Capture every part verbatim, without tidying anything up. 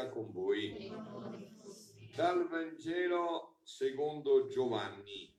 sia con voi. Dal Vangelo secondo Giovanni.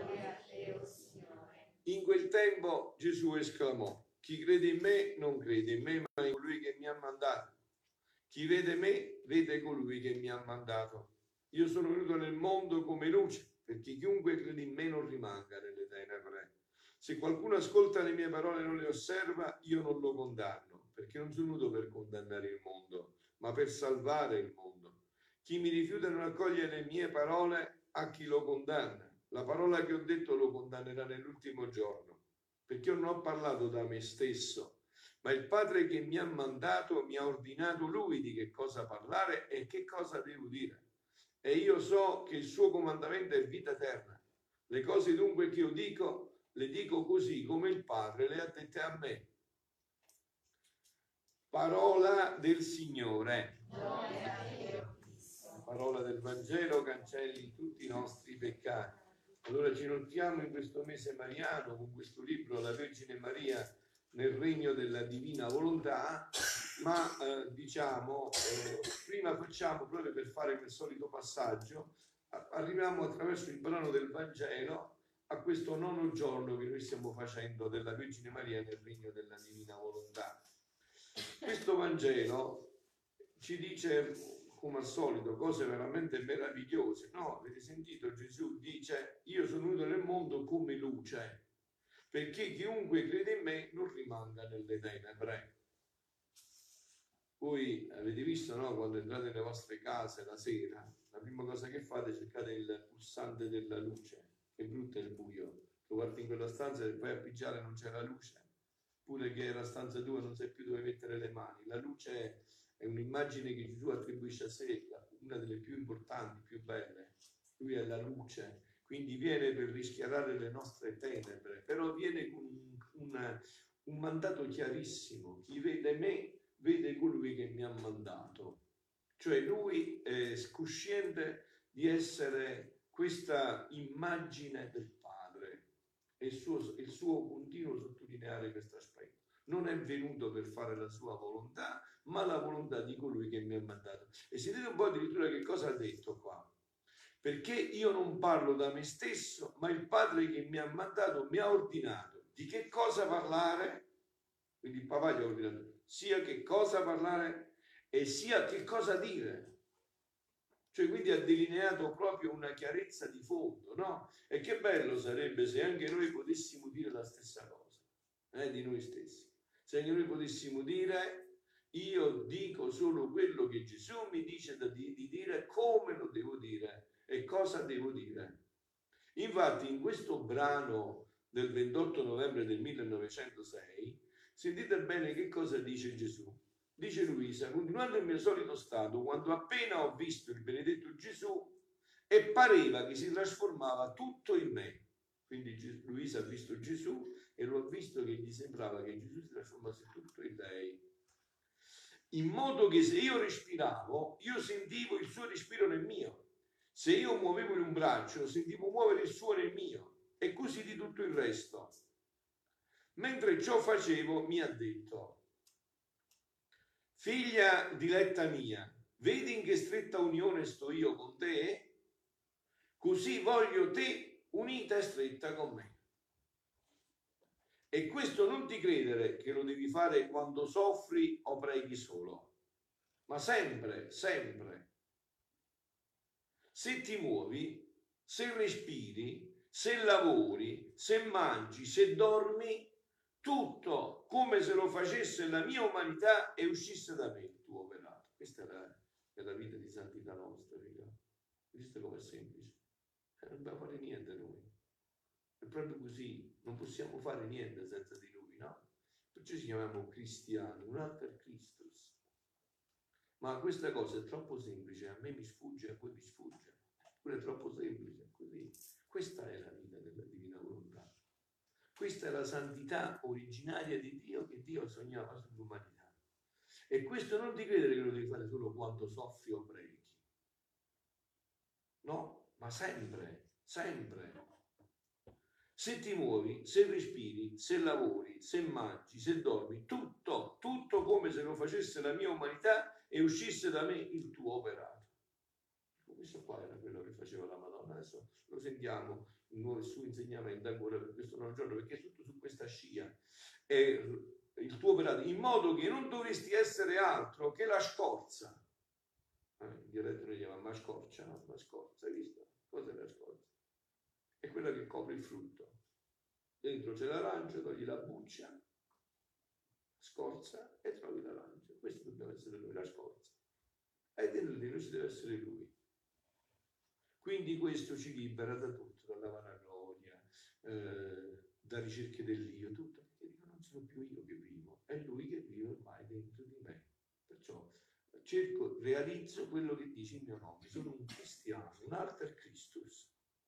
In quel tempo Gesù esclamò: chi crede in me non crede in me, ma in colui che mi ha mandato. Chi vede me, vede colui che mi ha mandato. Io sono venuto nel mondo come luce, perché chiunque crede in me non rimanga nelle tenebre. Se qualcuno ascolta le mie parole e non le osserva, io non lo condanno, perché non sono venuto per condannare il mondo, ma per salvare il mondo. Chi mi rifiuta e non accoglie le mie parole, a chi lo condanna? La parola che ho detto lo condannerà nell'ultimo giorno, perché io non ho parlato da me stesso, ma il Padre che mi ha mandato mi ha ordinato lui di che cosa parlare e che cosa devo dire. E io so che il suo comandamento è vita eterna. Le cose dunque che io dico, le dico così come il Padre le ha dette a me. Parola del Signore. La parola del Vangelo cancelli tutti i nostri peccati. Allora ci inoltriamo in questo mese mariano con questo libro, La Vergine Maria nel regno della divina volontà, ma eh, diciamo, eh, prima facciamo, proprio per fare quel solito passaggio, arriviamo attraverso il brano del Vangelo a questo nono giorno che noi stiamo facendo della Vergine Maria nel regno della divina volontà. Questo Vangelo ci dice, come al solito, cose veramente meravigliose. No, avete sentito? Gesù dice: io sono venuto nel mondo come luce, perché chiunque crede in me non rimanga nelle tenebre. Voi avete visto, no? Quando entrate nelle vostre case la sera, la prima cosa che fate, cercate il pulsante della luce. Che brutto è il buio. Tu guardi in quella stanza e vai a pigiare, non c'è la luce. Pure che la stanza tua non sai più dove mettere le mani. La luce è un'immagine che Gesù attribuisce a sé, una delle più importanti, più belle. Lui è la luce. Quindi viene per rischiarare le nostre tenebre, però viene con un, un, un mandato chiarissimo. Chi vede me, vede colui che mi ha mandato. Cioè lui è cosciente di essere questa immagine del Padre. È il suo, il suo continuo sottolineare questo aspetto. Non è venuto per fare la sua volontà, ma la volontà di colui che mi ha mandato. E sentite un po' addirittura che cosa ha detto qua. Perché io non parlo da me stesso, ma il Padre che mi ha mandato mi ha ordinato di che cosa parlare, quindi il papà gli ha ordinato sia che cosa parlare e sia che cosa dire. Cioè quindi ha delineato proprio una chiarezza di fondo, no? E che bello sarebbe se anche noi potessimo dire la stessa cosa, eh, di noi stessi. Se anche noi potessimo dire: io dico solo quello che Gesù mi dice di, di dire, come lo devo dire e cosa devo dire. Infatti in questo brano del ventotto novembre del millenovecentosei sentite bene che cosa dice Gesù. Dice Luisa: continuando il mio solito stato, quando appena ho visto il benedetto Gesù e pareva che si trasformava tutto in me. Quindi Luisa ha visto Gesù e lo ha visto che gli sembrava che Gesù si trasformasse tutto in lei, in modo che se io respiravo, io sentivo il suo respiro nel mio. Se io muovevo un braccio, sentivo muovere il suo nel mio, e così di tutto il resto. Mentre ciò facevo, mi ha detto: figlia diletta mia, vedi in che stretta unione sto io con te? Così voglio te unita e stretta con me. E questo non ti credere che lo devi fare quando soffri o preghi solo, ma sempre, sempre. Se ti muovi, se respiri, se lavori, se mangi, se dormi, tutto come se lo facesse la mia umanità e uscisse da me il tuo operato. Questa è la, è la vita di santità nostra, figlio. Visto com'è semplice? Eh, non dobbiamo fare niente noi. È proprio così, non possiamo fare niente senza di lui, no? Perciò ci chiamiamo cristiani, un alter Christus. Ma questa cosa è troppo semplice, a me mi sfugge, a voi vi sfugge. Pure è troppo semplice, così. Questa è la vita della divina volontà. Questa è la santità originaria di Dio che Dio sognava sull'umanità. E questo non ti credere che lo devi fare solo quando soffri o preghi. No, ma sempre, sempre. Se ti muovi, se respiri, se lavori, se mangi, se dormi, tutto, tutto come se lo facesse la mia umanità e uscisse da me il tuo operato. Questo qua era quello che faceva la Madonna. Adesso lo sentiamo il suo insegnamento ancora per questo nuovo giorno, perché è tutto su questa scia. E il tuo operato, in modo che non dovresti essere altro che la scorza. Eh, in dialetto noi chiamiamo ma scorcia, no? La scorza, hai visto? Cos'è la scorza? È quella che copre il frutto. Dentro c'è l'arancia, togli la buccia, scorza e trovi l'arancia. Questo dobbiamo essere noi, la scorza. E dentro di noi ci deve essere lui. Quindi questo ci libera da tutto, dalla vanagloria, eh, da ricerche dell'io, tutto. Perché dico, non sono più io che vivo, è lui che vive ormai dentro di me. Perciò cerco, realizzo quello che dice il mio nome. Sono un cristiano, un alter Christus.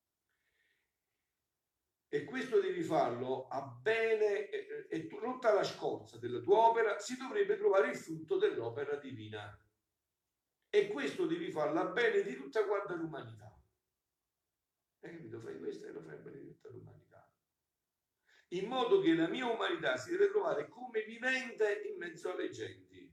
E questo devi farlo a bene, e, e tutta la scorza della tua opera si dovrebbe trovare il frutto dell'opera divina. E questo devi farlo a bene di tutta quanta l'umanità. Hai capito? Fai questo e lo fai a bene di tutta l'umanità. In modo che la mia umanità si deve trovare come vivente in mezzo alle genti.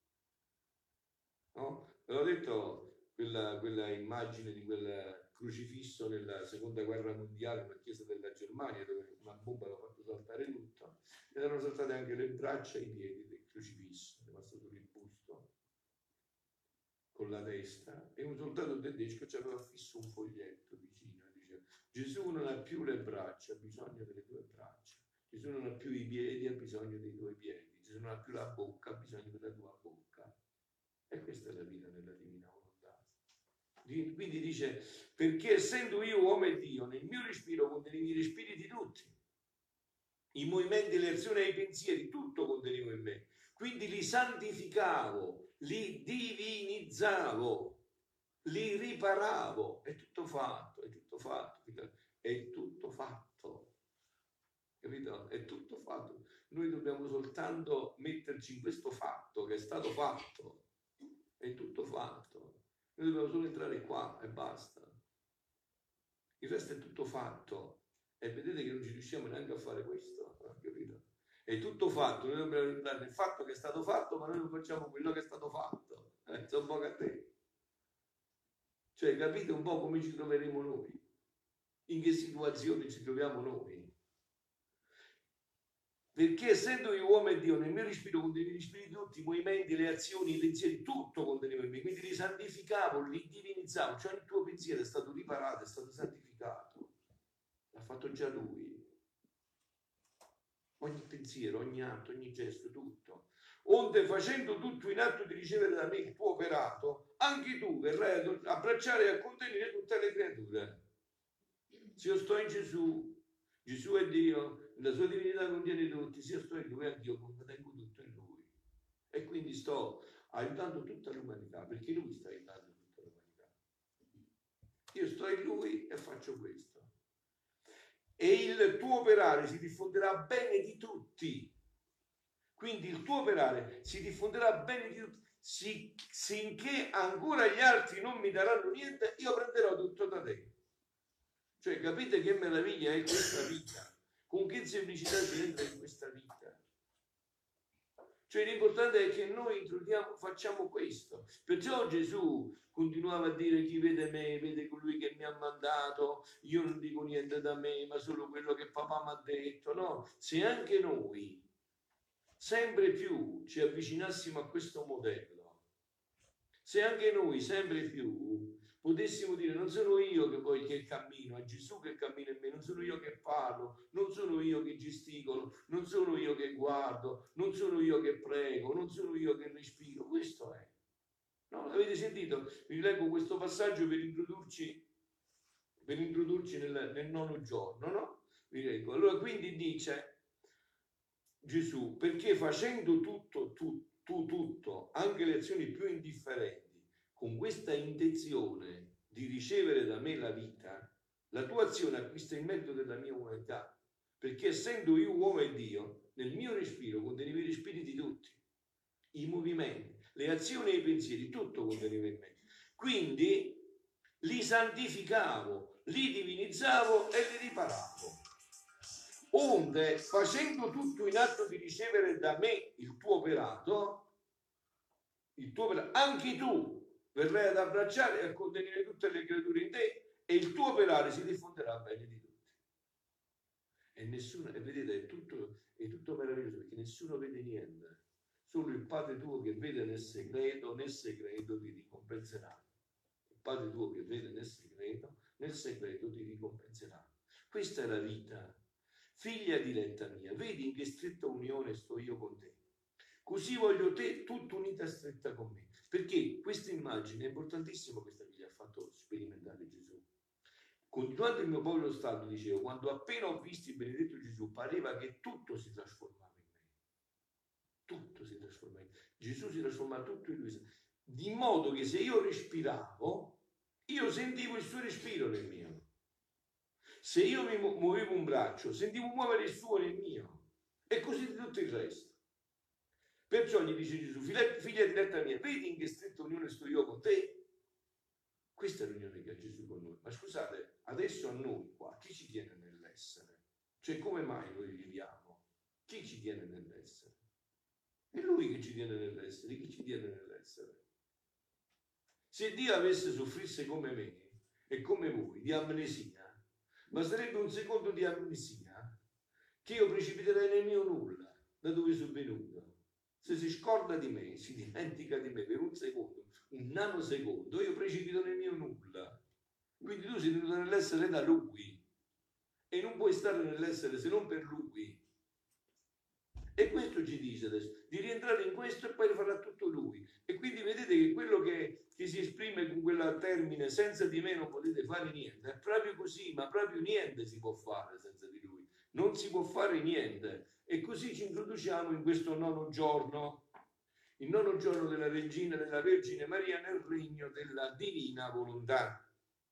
No? Ve l'ho detto, quella, quella immagine di quel crocifisso nella seconda guerra mondiale, nella chiesa della Germania, dove una bomba aveva fatto saltare tutto, ed erano saltate anche le braccia e i piedi del crocifisso, è rimasto solo il busto con la testa, e un soldato tedesco ci aveva fisso un foglietto vicino e diceva: Gesù non ha più le braccia, ha bisogno delle tue braccia. Gesù non ha più i piedi, ha bisogno dei tuoi piedi. Gesù non ha più la bocca, ha bisogno della tua bocca. E questa è la vita nella divina volontà. Quindi dice: perché essendo io uomo e Dio, nel mio respiro contenivo i respiri di tutti, i movimenti, le azioni e i pensieri, tutto contenevo in me. Quindi li santificavo, li divinizzavo, li riparavo. È tutto fatto, è tutto fatto, è tutto fatto. Capito? È tutto fatto. Noi dobbiamo soltanto metterci in questo fatto che è stato fatto. È tutto fatto. Noi dobbiamo solo entrare qua e basta. Il resto è tutto fatto. E vedete che non ci riusciamo neanche a fare questo. Capito? È tutto fatto. Noi dobbiamo entrare nel fatto che è stato fatto, ma noi non facciamo quello che è stato fatto. Eh, so un po' a te. Cioè, capite un po' come ci troveremo noi? In che situazione ci troviamo noi? Perché essendo io uomo e Dio, nel mio respiro contenevo gli spiriti tutti, i movimenti, le azioni, i pensieri, tutto contenevo in me, quindi li santificavo, li divinizzavo, cioè il tuo pensiero è stato riparato, è stato santificato, l'ha fatto già lui. Ogni pensiero, ogni atto, ogni gesto, tutto. Onde facendo tutto in atto di ricevere da me il tuo operato, anche tu verrai ad abbracciare e a contenere tutte le creature. Se io sto in Gesù, Gesù è Dio, la sua divinità contiene tutti, se io sto in Lui, è Dio, contengo tutto in Lui. E quindi sto aiutando tutta l'umanità, perché Lui sta aiutando tutta l'umanità. Io sto in Lui e faccio questo. E il tuo operare si diffonderà bene di tutti. Quindi il tuo operare si diffonderà bene di tutti. Si, sinché ancora gli altri non mi daranno niente, io prenderò tutto da te. Cioè, capite che meraviglia è questa vita? Con che semplicità si entra in questa vita? Cioè, l'importante è che noi introduciamo, facciamo questo. Perciò Gesù continuava a dire: chi vede me, vede colui che mi ha mandato, io non dico niente da me, ma solo quello che papà mi ha detto. No, se anche noi sempre più ci avvicinassimo a questo modello, se anche noi sempre più potessimo dire: non sono io che poi che cammino, è Gesù che cammina in me, non sono io che parlo, non sono io che gesticolo, non sono io che guardo, non sono io che prego, non sono io che respiro. Questo è. No, avete sentito? Vi leggo questo passaggio per introdurci, per introdurci nel, nel nono giorno, no? Vi leggo. Allora, quindi dice Gesù: perché facendo tutto, tu, tu tutto, anche le azioni più indifferenti, con questa intenzione di ricevere da me la vita, la tua azione acquista il merito della mia umanità, perché essendo io uomo e Dio, nel mio respiro contenevo i respiri di tutti, i movimenti, le azioni e i pensieri, tutto conteneva in me. Quindi li santificavo, li divinizzavo e li riparavo. Onde, facendo tutto in atto di ricevere da me il tuo operato, il tuo operato, anche tu verrai ad abbracciare e a contenere tutte le creature in te, e il tuo operare si diffonderà a bene di tutti. E nessuno, e vedete, è tutto, è tutto meraviglioso, perché nessuno vede niente. Solo il Padre tuo che vede nel segreto, nel segreto ti ricompenserà. Il Padre tuo che vede nel segreto, nel segreto ti ricompenserà. Questa è la vita. Figlia diletta mia, vedi in che stretta unione sto io con te. Così voglio te tutta unita stretta con me. Perché questa immagine è importantissima, questa che gli ha fatto sperimentare Gesù. Continuando il mio povero stato, dicevo, quando appena ho visto il benedetto Gesù, pareva che tutto si trasformava in me. Tutto si trasformava in me. Gesù si trasformava tutto in lui. Di modo che se io respiravo, io sentivo il suo respiro nel mio. Se io mi muovevo un braccio, sentivo muovere il suo nel mio. E così di tutto il resto. Perciò gli dice Gesù, figlia diletta mia, vedi in che stretta unione sto io con te? Questa è l'unione che ha Gesù con noi. Ma scusate, adesso a noi qua, chi ci tiene nell'essere? Cioè, come mai noi viviamo? Chi ci tiene nell'essere? È Lui che ci tiene nell'essere. Chi ci tiene nell'essere? Se Dio avesse soffrisse come me e come voi di amnesia, basterebbe un secondo di amnesia che io precipiterei nel mio nulla, da dove sono venuto. Se si scorda di me, si dimentica di me per un secondo, un nanosecondo, io precipito nel mio nulla. Quindi tu sei venuto nell'essere da Lui e non puoi stare nell'essere se non per Lui. E questo ci dice adesso, di rientrare in questo e poi farà tutto Lui. E quindi vedete che quello che, che si esprime con quel termine senza di me non potete fare niente, è proprio così, ma proprio niente si può fare senza di Lui. Non si può fare niente. E così ci introduciamo in questo nono giorno, il nono giorno della Regina, della Vergine Maria nel regno della divina volontà.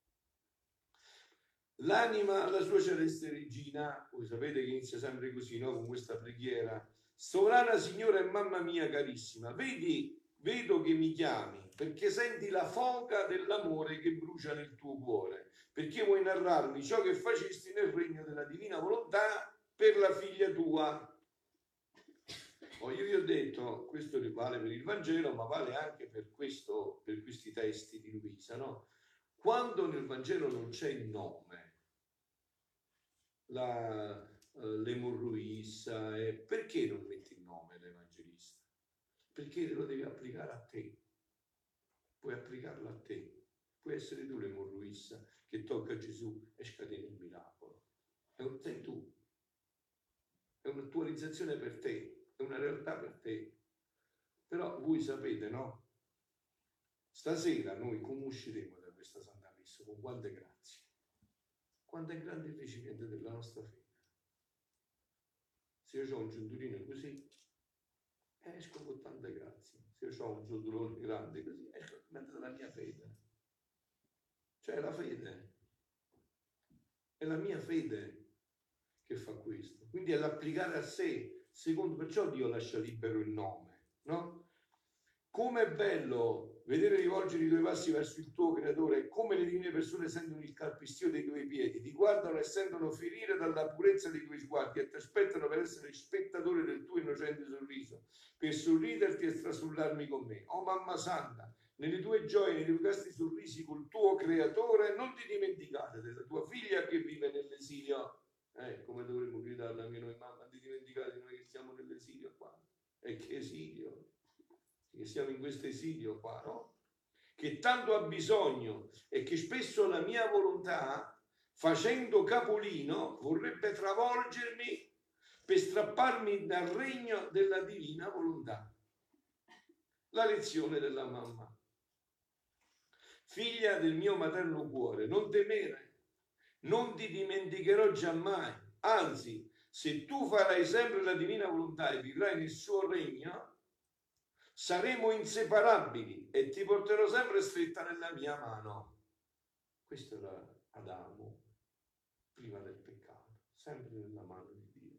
L'anima alla sua celeste regina, voi sapete che inizia sempre così, no? Con questa preghiera. Sovrana Signora e mamma mia carissima, vedi, vedo che mi chiami, perché senti la foca dell'amore che brucia nel tuo cuore, perché vuoi narrarmi ciò che facesti nel regno della divina volontà per la figlia tua. Oh, io vi ho detto, questo vale per il Vangelo, ma vale anche per, questo, per questi testi di Luisa, no? Quando nel Vangelo non c'è il nome, la, uh, l'emorroissa, eh, perché non metti il nome l'Evangelista? Perché te lo devi applicare a te, puoi applicarlo a te, puoi essere tu l'emorroissa che tocca Gesù e scatena il miracolo. È un, sei tu, è un'attualizzazione per te. È una realtà per te. Però voi sapete, no? Stasera noi come usciremo da questa Santa Messa? Con quante grazie? Quanto è grande il ricevimento della nostra fede. Se io ho un ciondolino così, esco con tante grazie. Se io ho un ciondolone grande così, esco con mezzo della mia fede. Cioè la fede. È la mia fede che fa questo. Quindi è l'applicare a sé. Secondo, perciò Dio lascia libero il nome, no? Come è bello vedere rivolgere i tuoi passi verso il tuo creatore, e come le divine persone sentono il calpestio dei tuoi piedi, ti guardano e sentono ferire dalla purezza dei tuoi sguardi e ti aspettano per essere spettatore del tuo innocente sorriso, per sorriderti e strasullarmi con me. Oh mamma santa, nelle tue gioie, nei tuoi casti sorrisi col tuo creatore, non ti dimenticate della tua figlia che vive nell'esilio. Eh, come dovremmo gridarla anche noi, mamma, ti dimenticate noi che siamo nell'esilio qua? E che esilio? Che siamo in questo esilio qua, no? Che tanto ha bisogno e che spesso la mia volontà, facendo capolino, vorrebbe travolgermi per strapparmi dal regno della divina volontà. La lezione della mamma. Figlia del mio materno cuore, non temere. Non ti dimenticherò giammai, anzi, se tu farai sempre la divina volontà e vivrai nel suo regno, saremo inseparabili e ti porterò sempre stretta nella mia mano. Questo era Adamo prima del peccato, sempre nella mano di Dio.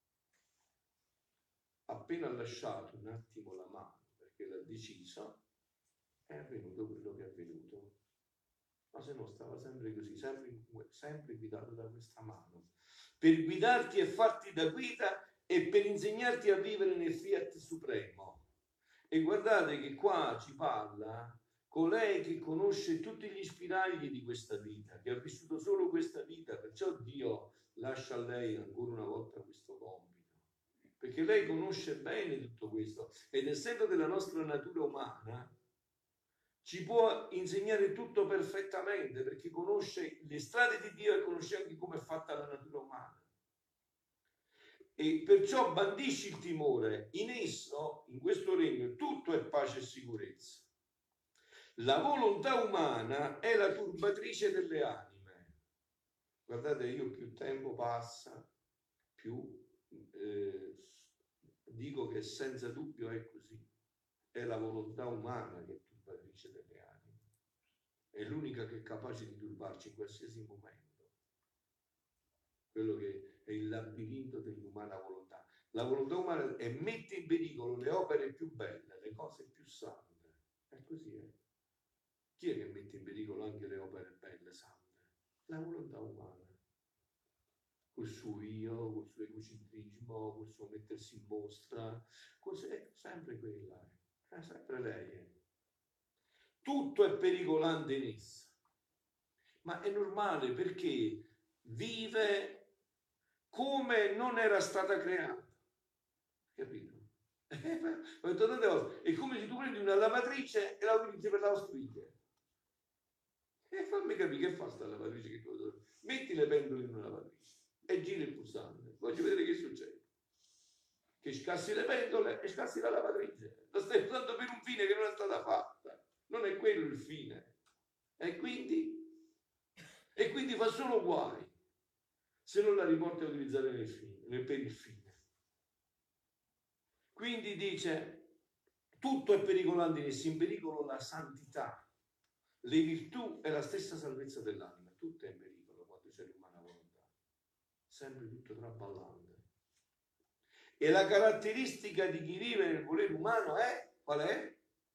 Appena ha lasciato un attimo la mano, perché l'ha deciso, è avvenuto quello che è avvenuto. Ma se no stava sempre così, sempre, sempre guidato da questa mano, per guidarti e farti da guida e per insegnarti a vivere nel fiat supremo. E guardate che qua ci parla colei che conosce tutti gli spiragli di questa vita, che ha vissuto solo questa vita, perciò Dio lascia a lei ancora una volta questo compito, perché lei conosce bene tutto questo ed essendo della nostra natura umana ci può insegnare tutto perfettamente, perché conosce le strade di Dio e conosce anche come è fatta la natura umana. E perciò bandisci il timore, in esso, in questo regno, tutto è pace e sicurezza. La volontà umana è la turbatrice delle anime. Guardate, io più tempo passa, più eh, dico che senza dubbio è così. È la volontà umana che è turbatrice delle anime. È l'unica che è capace di turbarci in qualsiasi momento. Quello che è il labirinto dell'umana volontà. La volontà umana è mette in pericolo le opere più belle, le cose più sante. È così, eh? Chi è che mette in pericolo anche le opere belle, sante? La volontà umana. Col suo io, col suo egocentrismo, col suo mettersi in mostra. Cos'è? Sempre quella, è sempre lei. Eh? Tutto è pericolante in essa. Ma è normale perché vive come non era stata creata. Capito? Ho detto tante volte, è come se tu prendi una lavatrice e la utilizzi per lavastoviglie. E fammi capire che fa sta lavatrice che tu metti le pendole in una lavatrice e giri il pulsante. Voglio vedere che succede. Che scassi le pendole e scassi la lavatrice. Lo stai usando per un fine che non è stata fatta. Non è quello il fine. E quindi, e quindi fa solo guai se non la riporti a utilizzare nel fine, per il fine. Quindi dice, tutto è pericolante, messi in pericolo la santità, le virtù e la stessa salvezza dell'anima. Tutto è in pericolo quando c'è l'umana volontà. Sempre tutto traballante. E la caratteristica di chi vive nel volere umano è, qual è?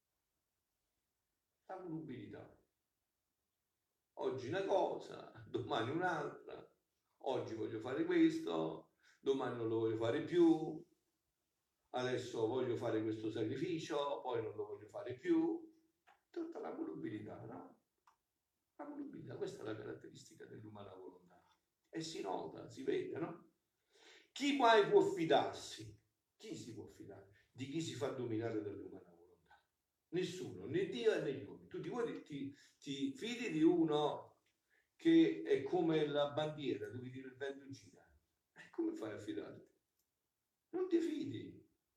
La volubilità. Oggi una cosa, domani un'altra. Oggi voglio fare questo, domani non lo voglio fare più. Adesso voglio fare questo sacrificio, poi non lo voglio fare più. Tutta la volubilità, no? La volubilità, questa è la caratteristica dell'umana volontà. E si nota, si vede, no? Chi mai può fidarsi? Chi si può fidare? Di chi si fa dominare dall'umana volontà? Nessuno, né Dio né gli uomini. Tu ti, ti, ti fidi di uno che è come la bandiera dove tira il vento gira. E come fai a fidarti? Non ti fidi.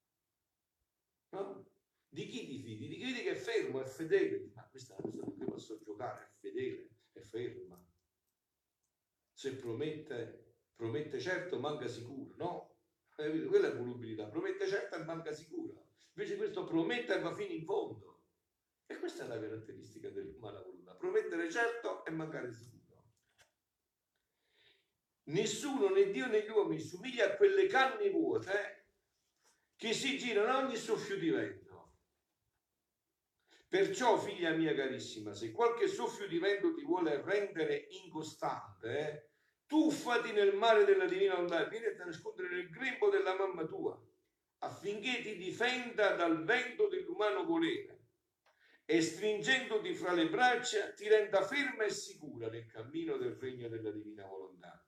No? Di chi ti fidi? Di chi vedi che è fermo, è fedele. Ma questa è una cosa che posso giocare, è fedele, è ferma. Se promette, promette certo, manca sicuro, no? Quella è volubilità, promette certo e manca sicura. Invece questo promette e va fino in fondo. E questa è la caratteristica dell'umana volontà, promettere certo e mancare sicuro. Nessuno, né Dio né gli uomini, somiglia a quelle canne vuote che si girano a ogni soffio di vento. Perciò, figlia mia carissima, se qualche soffio di vento ti vuole rendere incostante, eh, tuffati nel mare della divina volontà, vieni a nascondere nel grembo della mamma tua, affinché ti difenda dal vento dell'umano volere e stringendoti fra le braccia ti renda ferma e sicura nel cammino del regno della divina volontà.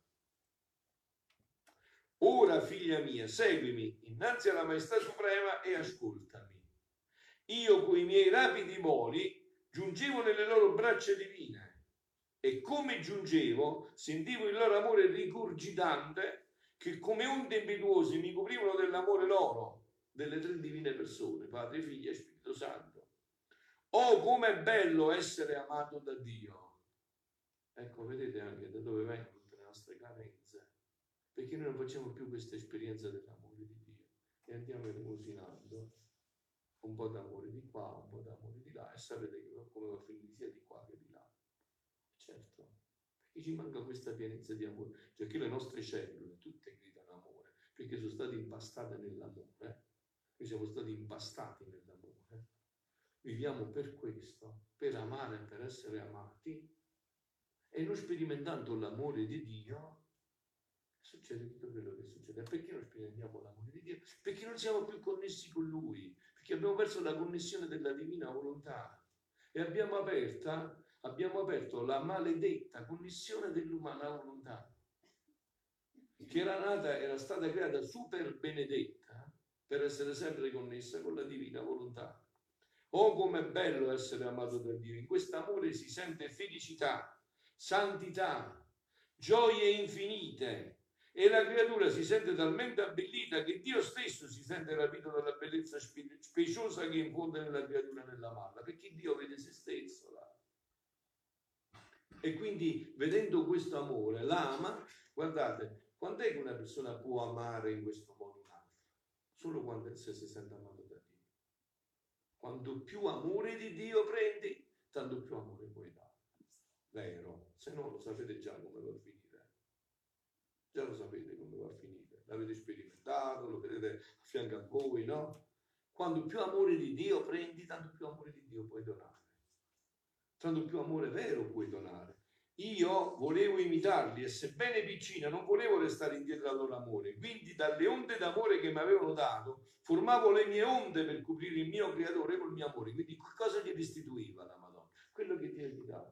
Ora, figlia mia, seguimi innanzi alla Maestà Suprema e ascoltami. Io coi miei rapidi voli giungevo nelle loro braccia divine e come giungevo sentivo il loro amore rigurgitante che come onde impetuose mi coprivano dell'amore loro, delle tre divine persone, Padre, Figlio e Spirito Santo. Oh, com'è bello essere amato da Dio! Ecco, vedete anche da dove vengono tutte le nostre carenze, perché noi non facciamo più questa esperienza dell'amore di Dio e andiamo elemosinando un po' d'amore di qua, un po' d'amore di là, e sapete che come va a finire sia di qua che di là. Certo, perché ci manca questa pienezza di amore, cioè che le nostre cellule tutte gridano amore, perché sono state impastate nell'amore, noi siamo stati impastati nell'amore, viviamo per questo, per amare e per essere amati, e non sperimentando l'amore di Dio, succede tutto quello che succede. Perché non sperimentiamo l'amore di Dio? Perché non siamo più connessi con Lui, perché abbiamo perso la connessione della divina volontà e abbiamo, aperta, abbiamo aperto la maledetta connessione dell'umana volontà, che era nata, era stata creata super benedetta per essere sempre connessa con la divina volontà. Oh, com'è bello essere amato da Dio! In questo amore si sente felicità, santità, gioie infinite, e la creatura si sente talmente abbellita che Dio stesso si sente rapito dalla bellezza speciosa che infonde nella creatura nell'amarla, perché Dio vede se stesso là. E quindi, vedendo questo amore, l'ama. Guardate, quando è che una persona può amare in questo modo un altro? Solo quando se si sente amato da Dio. Quanto più amore di Dio prendi, tanto più amore puoi dare. Vero? Se no lo sapete già come va a finire. Già lo sapete come va a finire. L'avete sperimentato, lo vedete a fianco a voi, no? Quando più amore di Dio prendi, tanto più amore di Dio puoi donare. Tanto più amore vero puoi donare. Io volevo imitarli e sebbene piccina non volevo restare indietro al loro amore, quindi dalle onde d'amore che mi avevano dato formavo le mie onde per coprire il mio creatore col mio amore. Quindi cosa gli restituiva la Madonna? Quello che Dio gli dava.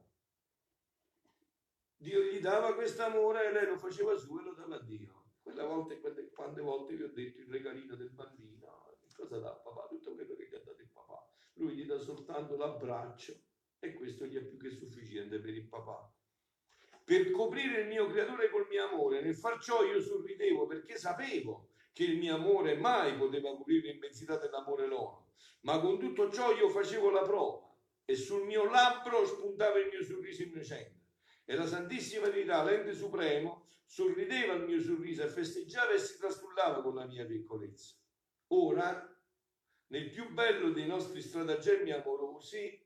Dio gli dava questo amore e lei lo faceva su e lo dava a Dio. Quella volta, quelle, quante volte vi ho detto il regalino del bambino, cosa dà papà? Tutto quello che gli ha dato il papà. Lui gli dà soltanto l'abbraccio e questo gli è più che sufficiente per il papà. Per coprire il mio creatore col mio amore, nel far ciò io sorridevo perché sapevo che il mio amore mai poteva coprire l'immensità dell'amore loro, ma con tutto ciò io facevo la prova e sul mio labbro spuntava il mio sorriso innocente e la Santissima Trinità, l'ente supremo, sorrideva al mio sorriso e festeggiava e si trastullava con la mia piccolezza. Ora, nel più bello dei nostri stratagemmi amorosi,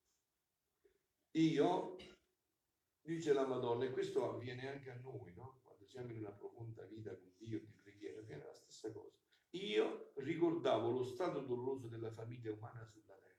io, dice la Madonna, e questo avviene anche a noi, no? Quando siamo in una profonda vita con Dio di preghiera, avviene la stessa cosa. Io ricordavo lo stato doloroso della famiglia umana sulla terra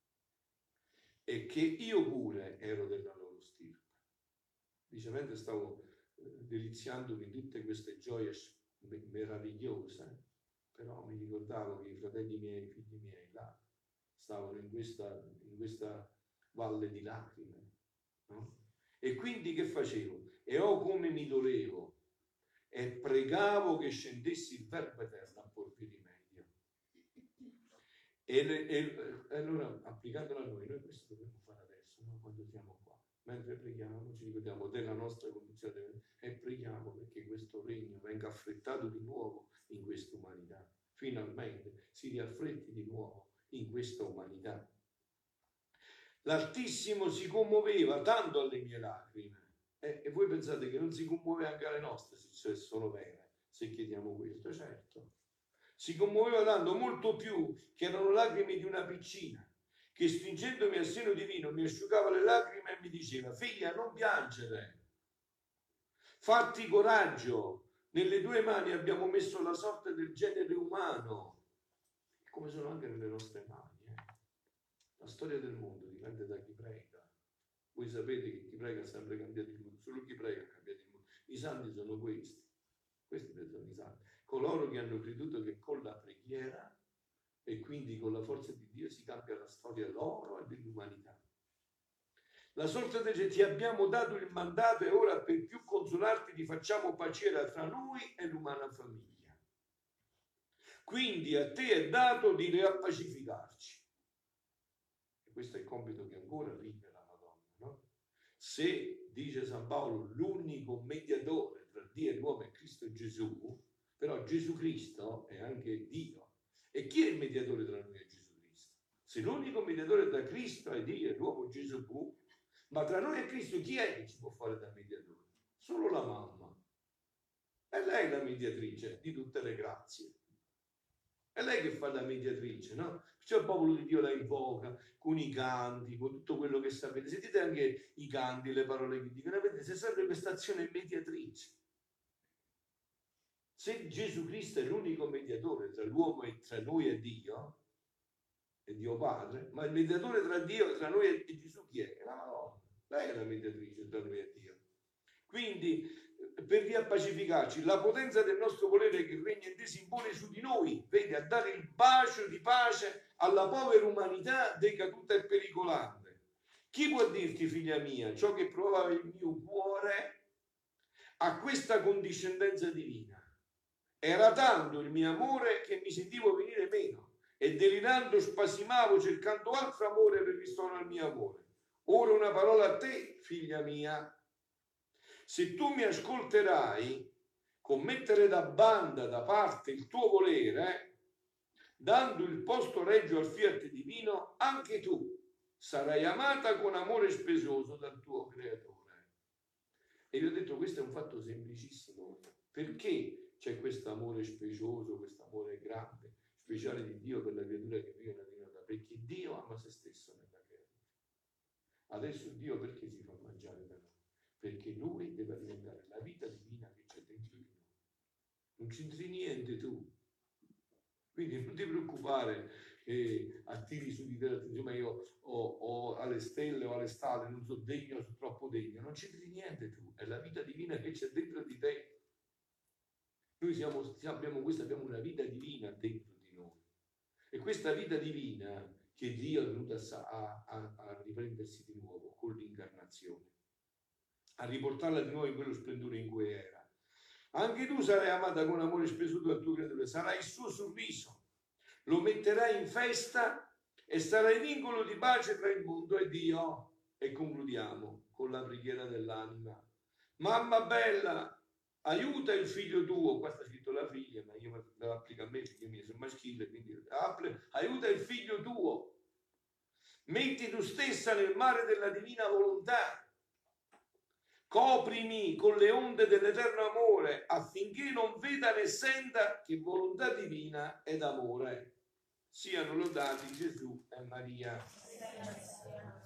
e che io pure ero della loro stirpe. Dice, mentre stavo eh, deliziandomi in tutte queste gioie meravigliose, però mi ricordavo che i fratelli miei, i figli miei, là, stavano in questa, in questa valle di lacrime, no? E quindi che facevo? E oh come mi dolevo e pregavo che scendessi il Verbo Eterno a porvi rimedio. E, e, e allora, applicandolo a noi, noi questo dobbiamo fare adesso, no? Quando siamo qua. Mentre preghiamo ci ricordiamo della nostra condizione e preghiamo perché questo regno venga affrettato di nuovo in questa umanità. Finalmente si riaffretti di nuovo in questa umanità. L'Altissimo si commuoveva tanto alle mie lacrime eh, e voi pensate che non si commuove anche alle nostre se sono vere, se chiediamo questo? Certo. Si commuoveva tanto, molto più, che erano lacrime di una piccina che stringendomi al seno divino mi asciugava le lacrime e mi diceva: figlia, non piangere, fatti coraggio, nelle tue mani abbiamo messo la sorte del genere umano, come sono anche nelle nostre mani. Eh. La storia del mondo dipende da chi prega. Voi sapete che chi prega ha sempre cambiato il mondo, solo chi prega ha cambiato il mondo. I santi sono questi, questi sono i santi, coloro che hanno creduto che con la preghiera e quindi con la forza di Dio si cambia la storia loro e dell'umanità. La sorte dice: ti abbiamo dato il mandato e ora per più consolarti ti facciamo paciera tra noi e l'umana famiglia. Quindi a te è dato di riappacificarci. E questo è il compito che ancora vive la Madonna, no? Se, dice San Paolo, l'unico mediatore tra Dio e l'uomo è Cristo Gesù, però Gesù Cristo è anche Dio. E chi è il mediatore tra noi e Gesù Cristo? Se l'unico mediatore tra Cristo è Dio e l'uomo Gesù, ma tra noi e Cristo chi è che ci può fare da mediatore? Solo la mamma. È lei la mediatrice di tutte le grazie. È lei che fa la mediatrice, no? Perciò il popolo di Dio la invoca con i canti, con tutto quello che sapete. Sentite anche i canti, le parole che dicono. Vedete, c'è sempre questa azione mediatrice. Se Gesù Cristo è l'unico mediatore tra l'uomo e tra noi e Dio, e Dio Padre, ma il mediatore tra Dio e tra noi e Gesù chi è? È la Madonna. Lei è la mediatrice tra noi e Dio. Quindi per riappacificarci. La potenza del nostro volere che regna in te si impone su di noi, vedi, a dare il bacio di pace alla povera umanità decaduta e pericolante. Chi può dirti, figlia mia, ciò che provava il mio cuore a questa condiscendenza divina? Era tanto il mio amore che mi sentivo venire meno e delirando spasimavo cercando altro amore per ristoro al mio amore. Ora una parola a te, figlia mia. Se tu mi ascolterai, con mettere da banda da parte il tuo volere, dando il posto regio al fiat divino, anche tu sarai amata con amore spesoso dal tuo creatore. E io ho detto, questo è un fatto semplicissimo. Perché c'è questo amore specioso, questo amore grande, speciale di Dio per la creatura che vive nella divinità? Perché Dio ama se stesso nella creatura. Adesso Dio perché si fa mangiare da noi? Perché lui deve alimentare la vita divina che c'è dentro di noi. Non c'entri niente tu. Quindi non ti preoccupare che attiri su di te l'attenzione, ma io ho, ho alle stelle o alle stelle, non sono degno, sono troppo degno. Non c'entri niente tu. È la vita divina che c'è dentro di te. Noi siamo, abbiamo, questa, abbiamo una vita divina dentro di noi. E questa vita divina che Dio è venuto a, a, a riprendersi di nuovo con l'incarnazione, a riportarla di nuovo in quello splendore in cui era. Anche tu sarai amata con amore spesuto dal tuo creatore, sarai il suo sorriso, lo metterai in festa e sarai vincolo di pace tra il mondo e Dio. E concludiamo con la preghiera dell'anima. Mamma bella, aiuta il figlio tuo, qua sta scritto la figlia, ma io me la applico a me perché io sono maschile, quindi aiuta il figlio tuo, metti tu stessa nel mare della divina volontà, coprimi con le onde dell'eterno amore affinché non veda né senta che volontà divina ed amore. Siano lodati Gesù e Maria.